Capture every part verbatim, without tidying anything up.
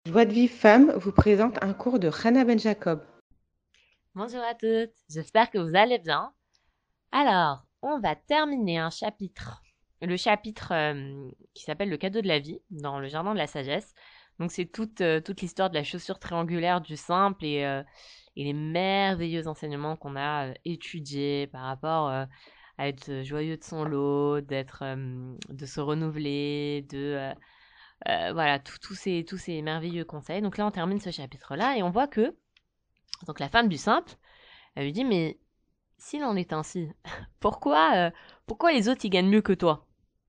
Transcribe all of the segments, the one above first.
Joie de Vive Femme vous présente un cours de Hannah Ben Jacob. Bonjour à toutes, j'espère que vous allez bien. Alors, on va terminer un chapitre, le chapitre euh, qui s'appelle Le cadeau de la vie, dans le jardin de la sagesse. Donc c'est toute, euh, toute l'histoire de la chaussure triangulaire du simple et, euh, et les merveilleux enseignements qu'on a euh, étudiés par rapport euh, à être joyeux de son lot, d'être, euh, de se renouveler, de... euh, euh, voilà, tous tous ces, tous ces merveilleux conseils. Donc là, on termine ce chapitre-là et on voit que, donc la femme du simple, elle lui dit, mais s'il en est ainsi, pourquoi, euh, pourquoi les autres ils gagnent mieux que toi?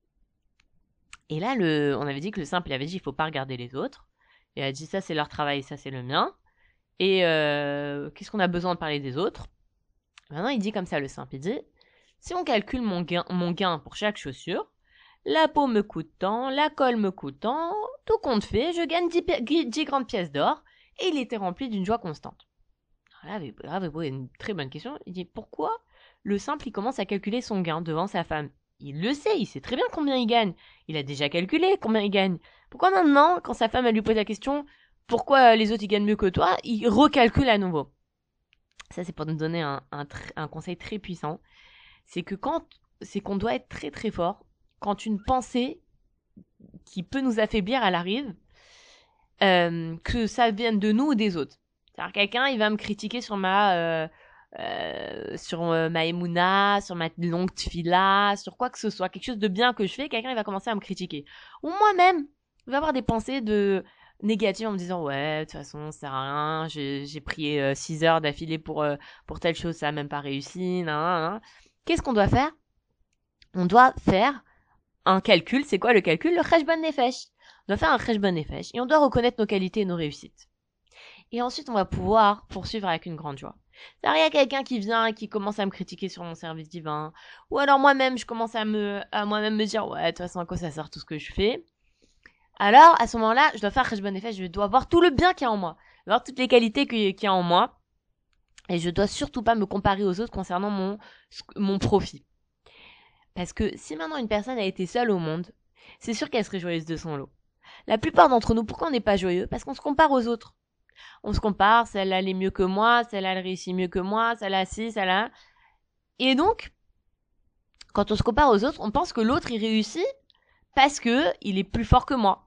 Et là, le, on avait dit que le simple il avait dit il faut pas regarder les autres. Et elle a dit ça c'est leur travail, ça c'est le mien. Et euh, qu'est-ce qu'on a besoin de parler des autres? Maintenant il dit comme ça le simple, il dit si on calcule mon gain, mon gain pour chaque chaussure, la peau me coûte tant, la colle me coûte tant, tout compte fait, je gagne dix pi- dix grandes pièces d'or. Et il était rempli d'une joie constante. Alors là, Grave avait posé une très bonne question. Il dit pourquoi le simple il commence à calculer son gain devant sa femme? Il le sait, il sait très bien combien il gagne. Il a déjà calculé combien il gagne. Pourquoi maintenant, quand sa femme elle lui pose la question pourquoi les autres ils gagnent mieux que toi, il recalcule à nouveau? Ça c'est pour nous donner un, un, un conseil très puissant. C'est que quand c'est qu'on doit être très très fort quand une pensée qui peut nous affaiblir elle arrive, euh, que ça vienne de nous ou des autres. C'est-à-dire quelqu'un, il va me critiquer sur ma euh, euh, sur euh, ma émouna, sur ma longue tfila, sur quoi que ce soit, quelque chose de bien que je fais, quelqu'un il va commencer à me critiquer. Ou moi-même, je vais avoir des pensées de négatives en me disant ouais, de toute façon, ça sert à rien, j'ai, j'ai prié six heures d'affilée pour euh, pour telle chose, ça a même pas réussi, nan, nan, nan. Qu'est-ce qu'on doit faire? On doit faire un calcul, c'est quoi le calcul? Le cheshbon nefesh. On doit faire un cheshbon nefesh et on doit reconnaître nos qualités et nos réussites. Et ensuite, on va pouvoir poursuivre avec une grande joie. C'est-à-dire, il y a quelqu'un qui vient et qui commence à me critiquer sur mon service divin. Ou alors moi-même, je commence à me, à moi-même me dire, ouais, de toute façon, à quoi ça sert tout ce que je fais? Alors, à ce moment-là, je dois faire cheshbon nefesh, je dois voir tout le bien qu'il y a en moi. Voir toutes les qualités qu'il y a en moi. Et je dois surtout pas me comparer aux autres concernant mon, mon profit. Parce que si maintenant une personne a été seule au monde, c'est sûr qu'elle serait joyeuse de son lot. La plupart d'entre nous, pourquoi on n'est pas joyeux? Parce qu'on se compare aux autres. On se compare, celle-là elle est mieux que moi, celle-là elle réussit mieux que moi, celle-là si, celle-là. Et donc, quand on se compare aux autres, on pense que l'autre il réussit parce que il est plus fort que moi.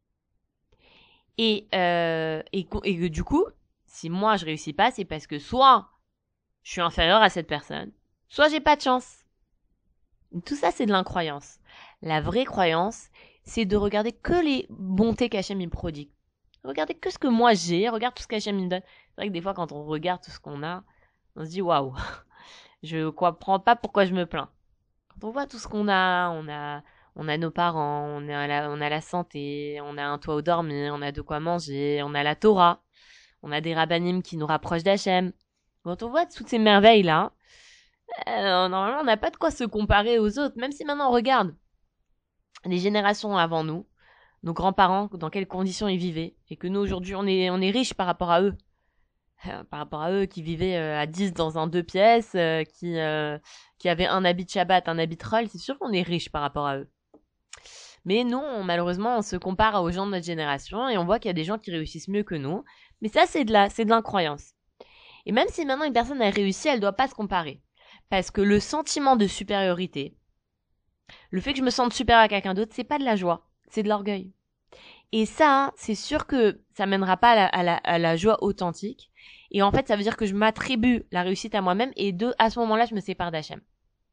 Et, euh, et, et que du coup, si moi je réussis pas, c'est parce que soit je suis inférieur à cette personne, soit j'ai pas de chance. Tout ça, c'est de l'incroyance. La vraie croyance, c'est de regarder que les bontés qu'Hachem me prodigue. Regardez que ce que moi j'ai, regarde tout ce qu'Hachem me donne. C'est vrai que des fois, quand on regarde tout ce qu'on a, on se dit waouh, je comprends pas pourquoi je me plains. Quand on voit tout ce qu'on a, on a, on a nos parents, on a la, on a la santé, on a un toit où dormir, on a de quoi manger, on a la Torah, on a des rabbinim qui nous rapprochent d'Hachem. Quand on voit toutes ces merveilles là, euh, normalement on n'a pas de quoi se comparer aux autres. Même si maintenant on regarde les générations avant nous, nos grands-parents, dans quelles conditions ils vivaient, et que nous aujourd'hui on est, on est riches par rapport à eux. Euh, par rapport à eux qui vivaient euh, à dix dans un deux pièces, euh, qui, euh, qui avaient un habit de Shabbat, un habit de Roll, c'est sûr qu'on est riche par rapport à eux. Mais non, on- malheureusement, on se compare aux gens de notre génération et on voit qu'il y a des gens qui réussissent mieux que nous. Mais ça, c'est de la, c'est de l'incroyance. Et même si maintenant une personne a réussi, elle doit pas se comparer. Parce que le sentiment de supériorité, le fait que je me sente supérieur à quelqu'un d'autre, c'est pas de la joie, c'est de l'orgueil. Et ça, c'est sûr que ça mènera pas à la, à la, à la joie authentique. Et en fait, ça veut dire que je m'attribue la réussite à moi-même et de, à ce moment-là, je me sépare d'Hachem.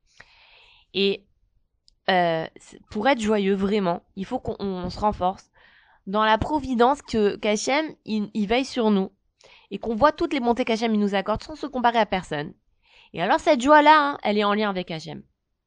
Et euh, pour être joyeux, vraiment, il faut qu'on on se renforce dans la providence que qu'Hachem, il, il veille sur nous et qu'on voit toutes les bontés qu'Hachem il nous accorde sans se comparer à personne. Et alors cette joie-là, hein, elle est en lien avec Hachem.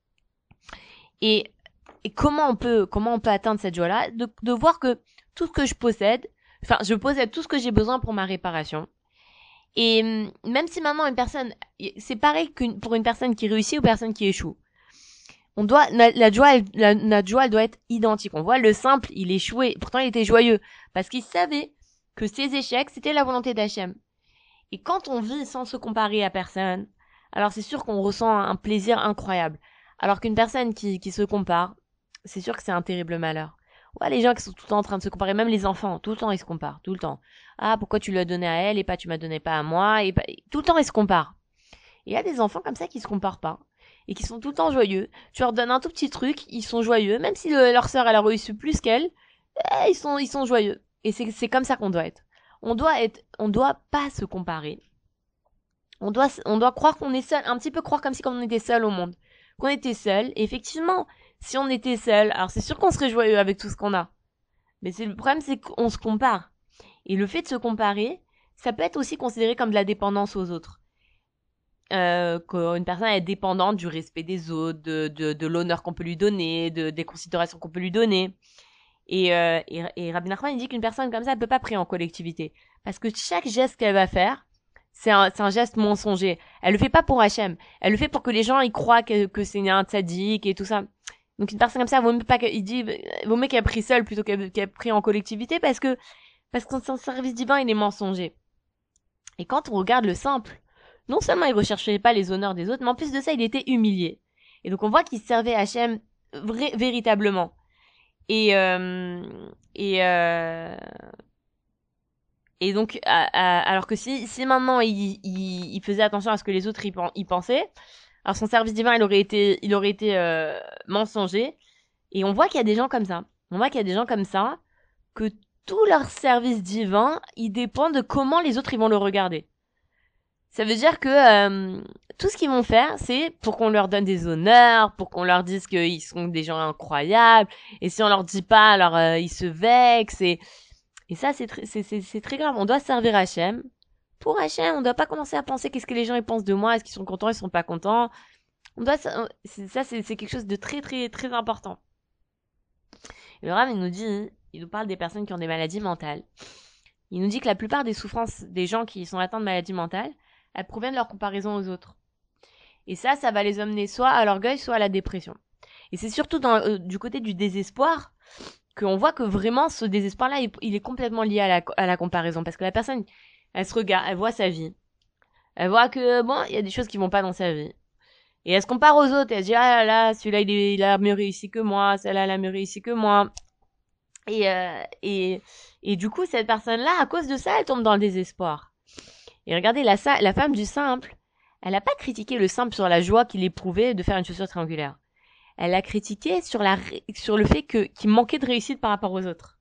Et, et comment on peut comment on peut atteindre cette joie-là? De, de voir que tout ce que je possède, enfin, je possède tout ce que j'ai besoin pour ma réparation. Et hum, même si maintenant une personne, c'est pareil que pour une personne qui réussit ou personne qui échoue. On doit, la, la joie, elle, la, notre joie, elle doit être identique. On voit le simple, il échouait, pourtant il était joyeux parce qu'il savait que ses échecs, c'était la volonté d'Hachem. Et quand on vit sans se comparer à personne, alors c'est sûr qu'on ressent un plaisir incroyable. Alors qu'une personne qui, qui se compare, c'est sûr que c'est un terrible malheur. Ouais, les gens qui sont tout le temps en train de se comparer, même les enfants, tout le temps ils se comparent, tout le temps. Ah, pourquoi tu l'as donné à elle et pas tu m'as donné pas à moi et pas... tout le temps ils se comparent. Et il y a des enfants comme ça qui se comparent pas et qui sont tout le temps joyeux. Tu leur donnes un tout petit truc, ils sont joyeux, même si le- leur sœur elle a reçu plus qu'elle, eh, ils sont ils sont joyeux. Et c'est c'est comme ça qu'on doit être. On doit être, on doit pas se comparer. On doit on doit croire qu'on est seul, un petit peu croire comme si on était seul au monde, qu'on était seul. Et effectivement, si on était seul, alors c'est sûr qu'on serait joyeux avec tout ce qu'on a. Mais c'est le problème, c'est qu'on se compare. Et le fait de se comparer, ça peut être aussi considéré comme de la dépendance aux autres. Euh, qu'une personne est dépendante du respect des autres, de, de, de l'honneur qu'on peut lui donner, de, des considérations qu'on peut lui donner. Et, euh, et, et Rabbi Nachman, il dit qu'une personne comme ça, elle peut pas prier en collectivité. Parce que chaque geste qu'elle va faire, c'est un, c'est un geste mensonger. Elle le fait pas pour Hachem. Elle le fait pour que les gens, ils croient que, que c'est un tzaddik et tout ça. Donc une personne comme ça, vaut mieux pas qu'il dit, vaut mieux qu'elle prie seule plutôt qu'elle, qu'elle prie en collectivité parce que, parce que son service divin, il est mensonger. Et quand on regarde le simple, non seulement il recherchait pas les honneurs des autres, mais en plus de ça, il était humilié. Et donc on voit qu'il servait Hachem vrai, véritablement. Et, euh, et, euh, et donc, à, à, alors que si, si maintenant il, il, il faisait attention à ce que les autres y, y pensaient, alors son service divin, il aurait été, il aurait été euh, mensonger. Et on voit qu'il y a des gens comme ça. On voit qu'il y a des gens comme ça, que tout leur service divin, il dépend de comment les autres ils vont le regarder. Ça veut dire que euh, tout ce qu'ils vont faire, c'est pour qu'on leur donne des honneurs, pour qu'on leur dise qu'ils sont des gens incroyables. Et si on leur dit pas, alors euh, ils se vexent. Et, et ça, c'est, tr- c'est, c'est, c'est très grave. On doit servir Hachem. Pour Hachem, on doit pas commencer à penser qu'est-ce que les gens ils pensent de moi, est-ce qu'ils sont contents, ils sont pas contents. On doit, ça, c'est, c'est, c'est quelque chose de très, très, très important. Et le Rav, il nous dit, il nous parle des personnes qui ont des maladies mentales. Il nous dit que la plupart des souffrances des gens qui sont atteints de maladies mentales, elles proviennent de leur comparaison aux autres. Et ça, ça va les emmener soit à l'orgueil, soit à la dépression. Et c'est surtout dans, euh, du côté du désespoir qu'on voit que vraiment ce désespoir-là, il, il est complètement lié à la, à la comparaison. Parce que la personne, elle se regarde, elle voit sa vie. Elle voit que, bon, il y a des choses qui vont pas dans sa vie. Et elle se compare aux autres. Et elle se dit, ah là là, celui-là, il, est, il a mieux réussi que moi. Celle-là, elle a mieux réussi que moi. Et, euh, et, et du coup, cette personne-là, à cause de ça, elle tombe dans le désespoir. Et regardez, la, la femme du simple, elle n'a pas critiqué le simple sur la joie qu'il éprouvait de faire une chaussure triangulaire. Elle a critiqué sur, la, sur le fait que, qu'il manquait de réussite par rapport aux autres.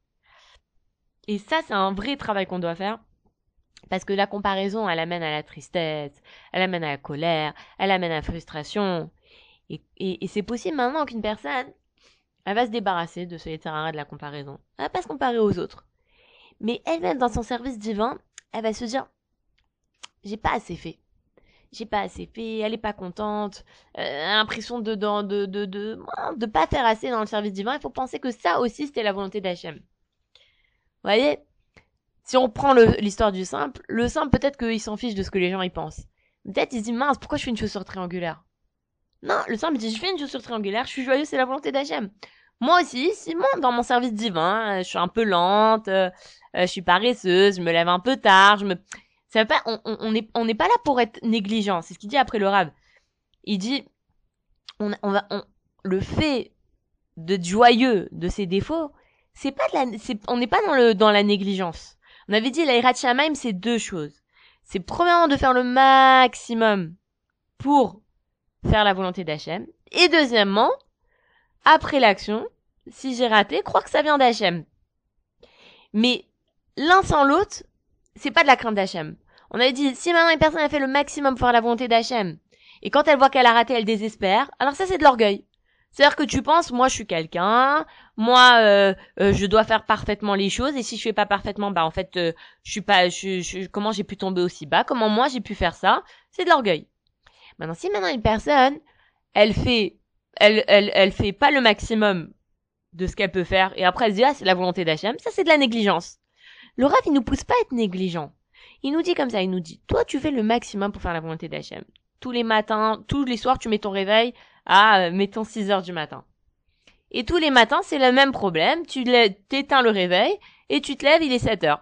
Et ça, c'est un vrai travail qu'on doit faire. Parce que la comparaison, elle amène à la tristesse, elle amène à la colère, elle amène à la frustration. Et, et, et c'est possible maintenant qu'une personne, elle va se débarrasser de ce terrain de la comparaison. Elle va pas se comparer aux autres. Mais elle-même, dans son service divin, elle va se dire, j'ai pas assez fait. J'ai pas assez fait, elle est pas contente, euh, elle a l'impression de, de, de, de, de, de pas faire assez dans le service divin. Il faut penser que ça aussi, c'était la volonté d'Hachem. Vous voyez? Si on prend le, l'histoire du simple, le simple, peut-être qu'il s'en fiche de ce que les gens y pensent. Peut-être il se dit, mince, pourquoi je fais une chaussure triangulaire? Non, le simple dit, je fais une chaussure triangulaire, je suis joyeux, c'est la volonté d'Hachem. Moi aussi, si moi, dans mon service divin, je suis un peu lente, euh, je suis paresseuse, je me lève un peu tard, je me... Ça veut pas, on, on, on est, on n'est pas là pour être négligent. C'est ce qu'il dit après le Rav. Il dit, on, on va, on, le fait d'être joyeux de ses défauts, c'est pas de la, c'est, on n'est pas dans le, dans la négligence. On avait dit, la Hirat Shamaim, c'est deux choses. C'est premièrement de faire le maximum pour faire la volonté d'Hachem. Et deuxièmement, après l'action, si j'ai raté, croire que ça vient d'Hachem. Mais l'un sans l'autre, c'est pas de la crainte d'Hachem. On avait dit, si maintenant une personne a fait le maximum pour faire la volonté d'Hachem, et quand elle voit qu'elle a raté, elle désespère, alors ça c'est de l'orgueil. C'est-à-dire que tu penses, moi je suis quelqu'un, moi euh, euh, je dois faire parfaitement les choses, et si je fais pas parfaitement, bah en fait euh, je suis pas, je, je, comment j'ai pu tomber aussi bas, comment moi j'ai pu faire ça, c'est de l'orgueil. Maintenant si maintenant une personne, elle fait, elle, elle, elle fait pas le maximum de ce qu'elle peut faire, et après elle se dit ah c'est la volonté d'Hachem, ça c'est de la négligence. Le Rav, il nous pousse pas à être négligent. Il nous dit comme ça, il nous dit, toi, tu fais le maximum pour faire la volonté d'Hachem. Tous les matins, tous les soirs, tu mets ton réveil à, euh, mettons, six heures du matin. Et tous les matins, c'est le même problème. Tu t'éteins le réveil et tu te lèves, il est sept heures.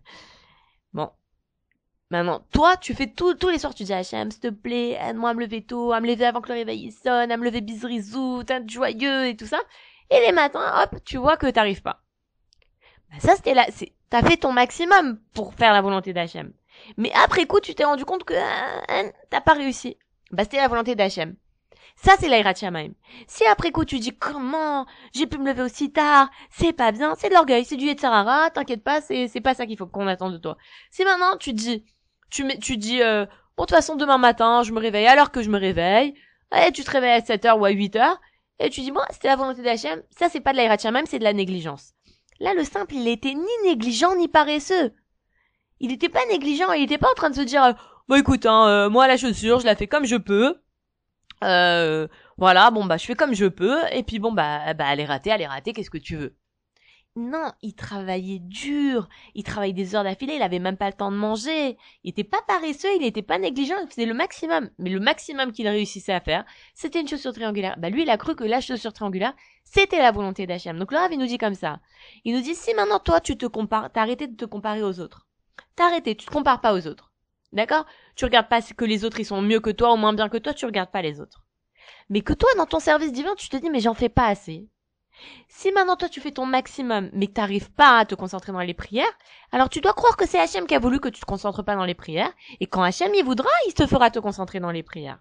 Bon. Maintenant, toi, tu fais tout, tous les soirs, tu dis à Hachem, s'il te plaît, aide-moi à me lever tôt, à me lever avant que le réveil sonne, à me lever bisrizou, être joyeux et tout ça. Et les matins, hop, tu vois que t'arrives pas. Bah ça, c'était là, c'est, t'as fait ton maximum pour faire la volonté d'Hachem. Mais après coup, tu t'es rendu compte que euh, t'as pas réussi. Bah c'était la volonté d'Hachem. Ça, c'est l'Aïrat Shamaim. Si après coup, tu dis comment j'ai pu me lever aussi tard, c'est pas bien, c'est de l'orgueil, c'est du Yetzirara, t'inquiète pas, c'est, c'est pas ça qu'il faut qu'on attend de toi. Si maintenant, tu dis, tu, mets, tu dis, euh, bon, de toute façon, demain matin, je me réveille à l'heure que je me réveille, et tu te réveilles à sept heures ou à huit heures, et tu dis, bon, c'était la volonté d'Hachem, ça, c'est pas de l'Aïrat Shamaim, c'est de la négligence. Là, le simple, il était ni négligent, ni paresseux. Il était pas négligent, il était pas en train de se dire, euh, bon, écoute, hein, euh, moi, la chaussure, je la fais comme je peux, Euh, voilà, bon bah je fais comme je peux, et puis bon bah, bah elle est ratée, elle est ratée, qu'est-ce que tu veux? Non, il travaillait dur, il travaillait des heures d'affilée, il avait même pas le temps de manger, il était pas paresseux, il était pas négligent, il faisait le maximum, mais le maximum qu'il réussissait à faire, c'était une chaussure triangulaire. Bah lui il a cru que la chaussure triangulaire, c'était la volonté d'Hachem. Donc le Rav il nous dit comme ça, il nous dit si maintenant toi tu te compares, t'as arrêté de te comparer aux autres, t'as arrêté, tu te compares pas aux autres. D'accord? Tu regardes pas que les autres ils sont mieux que toi ou moins bien que toi, tu regardes pas les autres. Mais que toi, dans ton service divin, tu te dis mais j'en fais pas assez. Si maintenant toi tu fais ton maximum, mais que t'arrives pas à te concentrer dans les prières, alors tu dois croire que c'est Hachem qui a voulu que tu te concentres pas dans les prières, et quand Hachem il voudra, il te fera te concentrer dans les prières.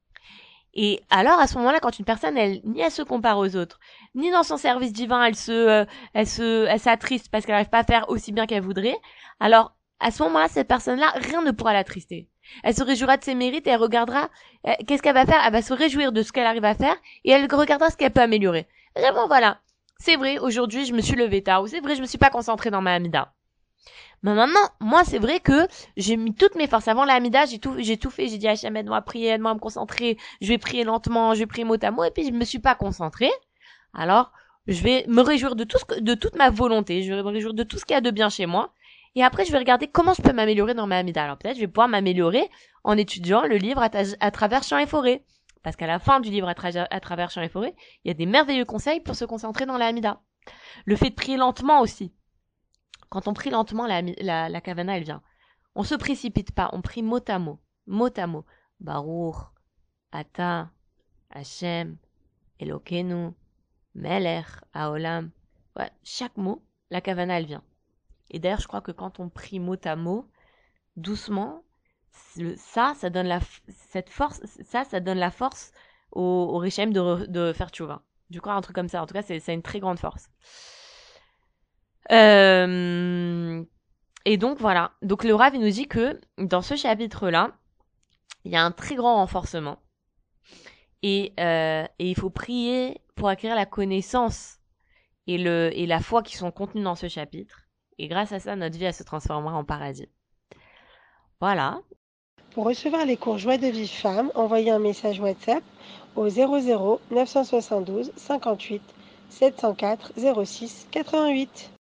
Et alors à ce moment-là, quand une personne, elle ni elle se compare aux autres, ni dans son service divin, elle se, euh, elle se, elle s'attriste parce qu'elle n'arrive pas à faire aussi bien qu'elle voudrait, alors à ce moment-là, cette personne-là, rien ne pourra l'attrister. Elle se réjouira de ses mérites et elle regardera, euh, qu'est-ce qu'elle va faire? Elle va se réjouir de ce qu'elle arrive à faire et elle regardera ce qu'elle peut améliorer. Vraiment, voilà. C'est vrai, aujourd'hui, je me suis levée tard, ou c'est vrai, je me suis pas concentrée dans ma Hamida. Mais maintenant, moi, c'est vrai que j'ai mis toutes mes forces. Avant la Hamida, j'ai tout, j'ai tout fait. J'ai dit à Hachem, aide-moi à prier, aide-moi à me concentrer. Je vais prier lentement, je vais prier mot à mot, et puis je me suis pas concentrée. Alors, je vais me réjouir de tout ce que, de toute ma volonté. Je vais me réjouir de tout ce qu'il y a de bien chez moi. Et après, je vais regarder comment je peux m'améliorer dans ma Hamida. Alors peut-être, je vais pouvoir m'améliorer en étudiant le livre à, ta- à travers champs et forêts. Parce qu'à la fin du livre à, tra- à travers champs et forêts, il y a des merveilleux conseils pour se concentrer dans la Hamida. Le fait de prier lentement aussi. Quand on prie lentement, la, la, la kavana, elle vient. On se précipite pas, on prie mot à mot. Mot à mot. Baruch, Ata, Hashem, Elokeinu, Melech, Haolam. Ouais, chaque mot, la kavana, elle vient. Et d'ailleurs, je crois que quand on prie mot à mot, doucement, ça, ça donne la, cette force, ça, ça donne la force au, au Rechem de, de faire tchouva. Je crois un truc comme ça. En tout cas, c'est, c'est une très grande force. Euh, et donc voilà. Donc le Rav il nous dit que dans ce chapitre-là, il y a un très grand renforcement. Et, euh, et il faut prier pour acquérir la connaissance et, le, et la foi qui sont contenues dans ce chapitre. Et grâce à ça, notre vie elle se transformera en paradis. Voilà. Pour recevoir les cours Joie de Vive Femme, envoyez un message WhatsApp au zéro zéro neuf cent soixante-douze cinquante-huit sept cent quatre zéro six quatre-vingt-huit.